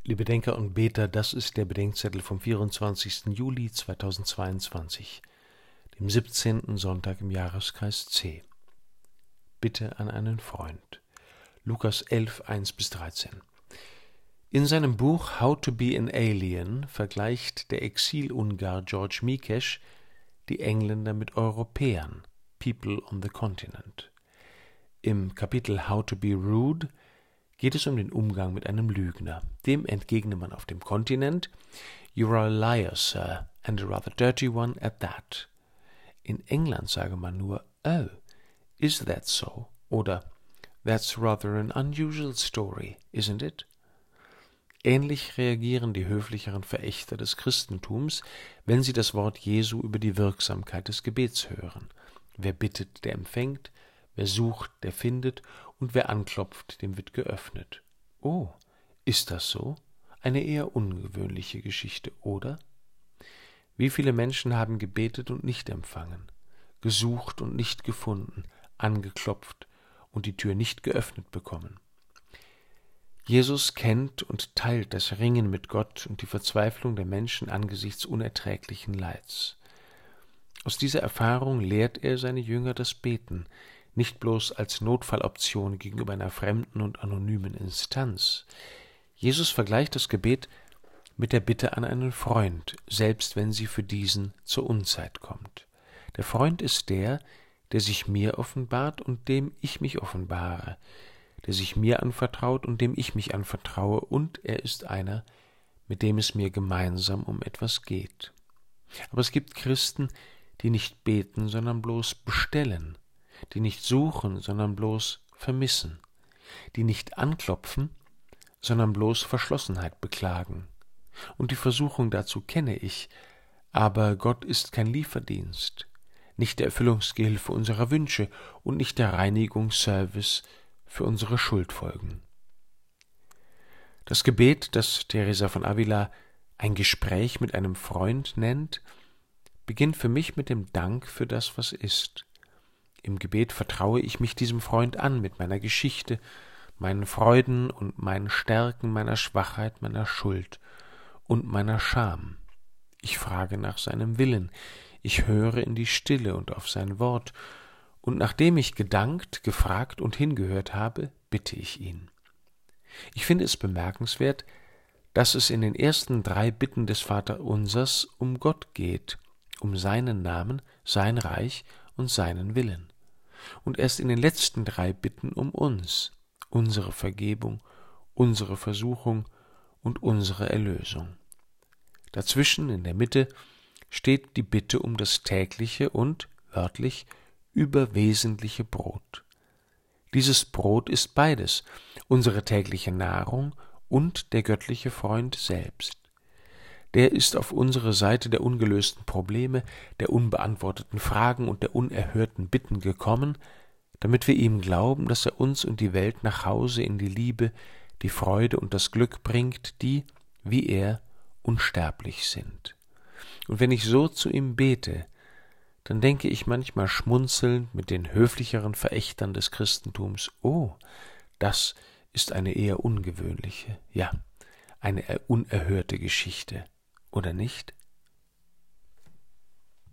Liebe Denker und Beter, das ist der Bedenkzettel vom 24. Juli 2022, dem 17. Sonntag im Jahreskreis C. Bitte an einen Freund. Lukas 11, 1-13. In seinem Buch How to be an Alien vergleicht der Exil-Ungar George Mikesh die Engländer mit Europäern, People on the Continent. Im Kapitel How to be Rude geht es um den Umgang mit einem Lügner. Dem entgegne man auf dem Kontinent: "You are a liar, sir, and a rather dirty one at that." In England sage man nur "Oh, is that so?" oder "That's rather an unusual story, isn't it?" Ähnlich reagieren die höflicheren Verächter des Christentums, wenn sie das Wort Jesu über die Wirksamkeit des Gebets hören. Wer bittet, der empfängt, wer sucht, der findet, und wer anklopft, dem wird geöffnet. Oh, ist das so? Eine eher ungewöhnliche Geschichte, oder? Wie viele Menschen haben gebetet und nicht empfangen, gesucht und nicht gefunden, angeklopft und die Tür nicht geöffnet bekommen? Jesus kennt und teilt das Ringen mit Gott und die Verzweiflung der Menschen angesichts unerträglichen Leids. Aus dieser Erfahrung lehrt er seine Jünger das Beten, nicht bloß als Notfalloption gegenüber einer fremden und anonymen Instanz. Jesus vergleicht das Gebet mit der Bitte an einen Freund, selbst wenn sie für diesen zur Unzeit kommt. Der Freund ist der sich mir offenbart und dem ich mich offenbare, der sich mir anvertraut und dem ich mich anvertraue, und er ist einer, mit dem es mir gemeinsam um etwas geht. Aber es gibt Christen, die nicht beten, sondern bloß bestellen, die nicht suchen, sondern bloß vermissen, die nicht anklopfen, sondern bloß Verschlossenheit beklagen. Und die Versuchung dazu kenne ich, aber Gott ist kein Lieferdienst, nicht der Erfüllungsgehilfe unserer Wünsche und nicht der Reinigungsservice für unsere Schuldfolgen. Das Gebet, das Teresa von Avila ein Gespräch mit einem Freund nennt, beginnt für mich mit dem Dank für das, was ist. Im Gebet vertraue ich mich diesem Freund an mit meiner Geschichte, meinen Freuden und meinen Stärken, meiner Schwachheit, meiner Schuld und meiner Scham. Ich frage nach seinem Willen, ich höre in die Stille und auf sein Wort, und nachdem ich gedankt, gefragt und hingehört habe, bitte ich ihn. Ich finde es bemerkenswert, dass es in den ersten 3 Bitten des Vaterunsers um Gott geht, um seinen Namen, sein Reich und seinen Willen. Und erst in den letzten 3 Bitten um uns, unsere Vergebung, unsere Versuchung und unsere Erlösung. Dazwischen, in der Mitte, steht die Bitte um das tägliche und, wörtlich, überwesentliche Brot. Dieses Brot ist beides, unsere tägliche Nahrung und der göttliche Freund selbst. Der ist auf unsere Seite der ungelösten Probleme, der unbeantworteten Fragen und der unerhörten Bitten gekommen, damit wir ihm glauben, dass er uns und die Welt nach Hause in die Liebe, die Freude und das Glück bringt, die, wie er, unsterblich sind. Und wenn ich so zu ihm bete, dann denke ich manchmal schmunzelnd mit den höflicheren Verächtern des Christentums: Oh, das ist eine eher ungewöhnliche, ja, eine unerhörte Geschichte, oder nicht?